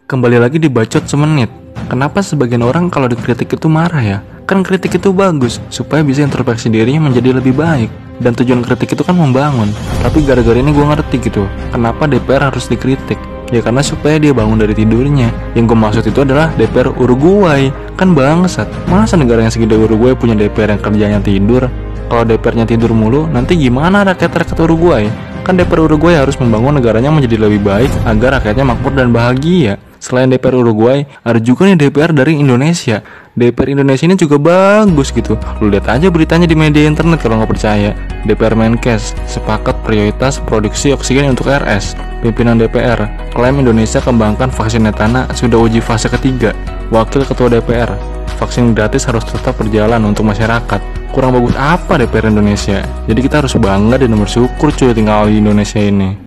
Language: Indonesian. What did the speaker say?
Kembali lagi di Bacot Semenit. Kenapa sebagian orang kalau dikritik itu marah ya? Kan kritik itu bagus, supaya bisa introspeksi dirinya menjadi lebih baik. Dan tujuan kritik itu kan membangun. Tapi gara-gara ini gue ngerti gitu, kenapa DPR harus dikritik. Ya karena supaya dia bangun dari tidurnya. Yang gue maksud itu adalah DPR Uruguay. Kan bangsat, masa negara yang segede Uruguay punya DPR yang kerjanya tidur? Kalau DPR-nya tidur mulu, nanti gimana rakyat-rakyat Uruguay? Kan DPR Uruguay harus membangun negaranya menjadi lebih baik agar rakyatnya makmur dan bahagia. Selain DPR Uruguay, ada juga nih DPR dari Indonesia. DPR Indonesia ini juga bagus gitu. Lu lihat aja beritanya di media internet kalau nggak percaya. DPR Menkes sepakat prioritas produksi oksigen untuk RS. Pimpinan DPR klaim Indonesia kembangkan vaksin Netana sudah uji fase ketiga. Wakil Ketua DPR, vaksin gratis harus tetap berjalan untuk masyarakat. Kurang bagus apa DPR Indonesia? Jadi kita harus bangga dan bersyukur cuy tinggal di Indonesia ini.